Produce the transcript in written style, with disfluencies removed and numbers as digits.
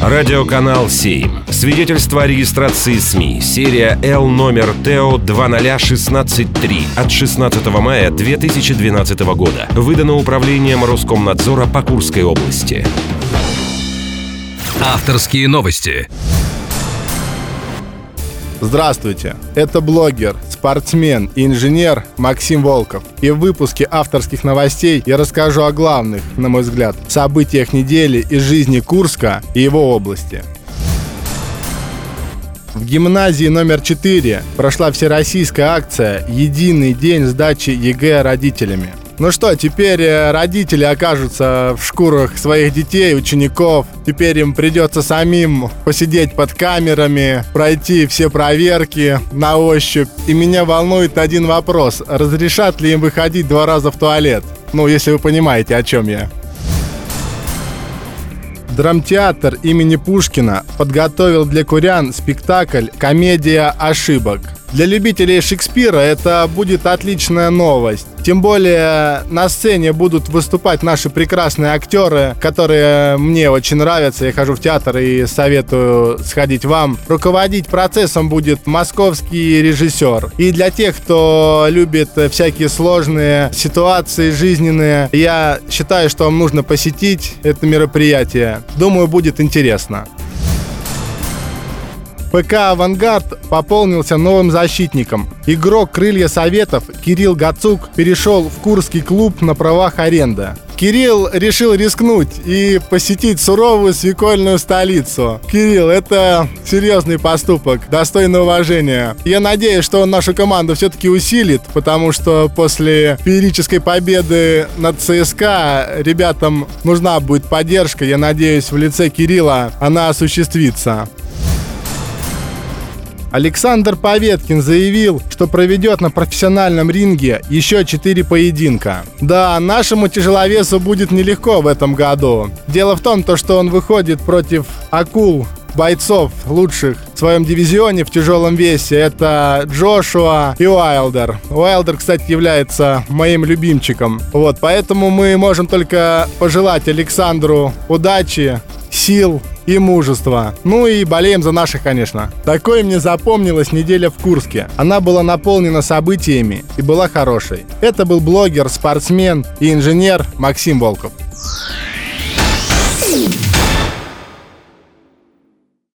Радиоканал 7. Свидетельство о регистрации СМИ. Серия Л номер ТО 20163 от 16 мая 2012 года. Выдано Управлением Роскомнадзора по Курской области. Авторские новости. Здравствуйте, это блогер, спортсмен и инженер Максим Волков. И в выпуске авторских новостей я расскажу о главных, на мой взгляд, событиях недели из жизни Курска и его области. В гимназии номер 4 прошла всероссийская акция «Единый день сдачи ЕГЭ родителями». Ну что, теперь родители окажутся в шкурах своих детей, учеников. Теперь им придется самим посидеть под камерами, пройти все проверки на ощупь. И меня волнует один вопрос. Разрешат ли им выходить 2 раза в туалет? Ну, если вы понимаете, о чем я. Драмтеатр имени Пушкина подготовил для курян спектакль «Комедия ошибок». Для любителей Шекспира это будет отличная новость. Тем более на сцене будут выступать наши прекрасные актеры, которые мне очень нравятся. Я хожу в театр и советую сходить вам. Руководить процессом будет московский режиссер. И для тех, кто любит всякие сложные ситуации жизненные, я считаю, что вам нужно посетить это мероприятие. Думаю, будет интересно. ПК «Авангард» пополнился новым защитником. Игрок «Крылья Советов» Кирилл Гацук перешел в Курский клуб на правах аренды. Кирилл решил рискнуть и посетить суровую свекольную столицу. Кирилл, это серьезный поступок, достойный уважения. Я надеюсь, что он нашу команду все-таки усилит, потому что после феерической победы над ЦСКА ребятам нужна будет поддержка. Я надеюсь, в лице Кирилла она осуществится. Александр Поветкин заявил, что проведет на профессиональном ринге еще 4 поединка. Да, нашему тяжеловесу будет нелегко в этом году. Дело в том, что он выходит против акул, бойцов лучших в своем дивизионе в тяжелом весе. Это Джошуа и Уайлдер. Уайлдер, кстати, является моим любимчиком. Поэтому мы можем только пожелать Александру удачи, сил и мужества. Ну и болеем за наших, конечно. Такой мне запомнилась неделя в Курске. Она была наполнена событиями и была хорошей. Это был блогер, спортсмен и инженер Максим Волков.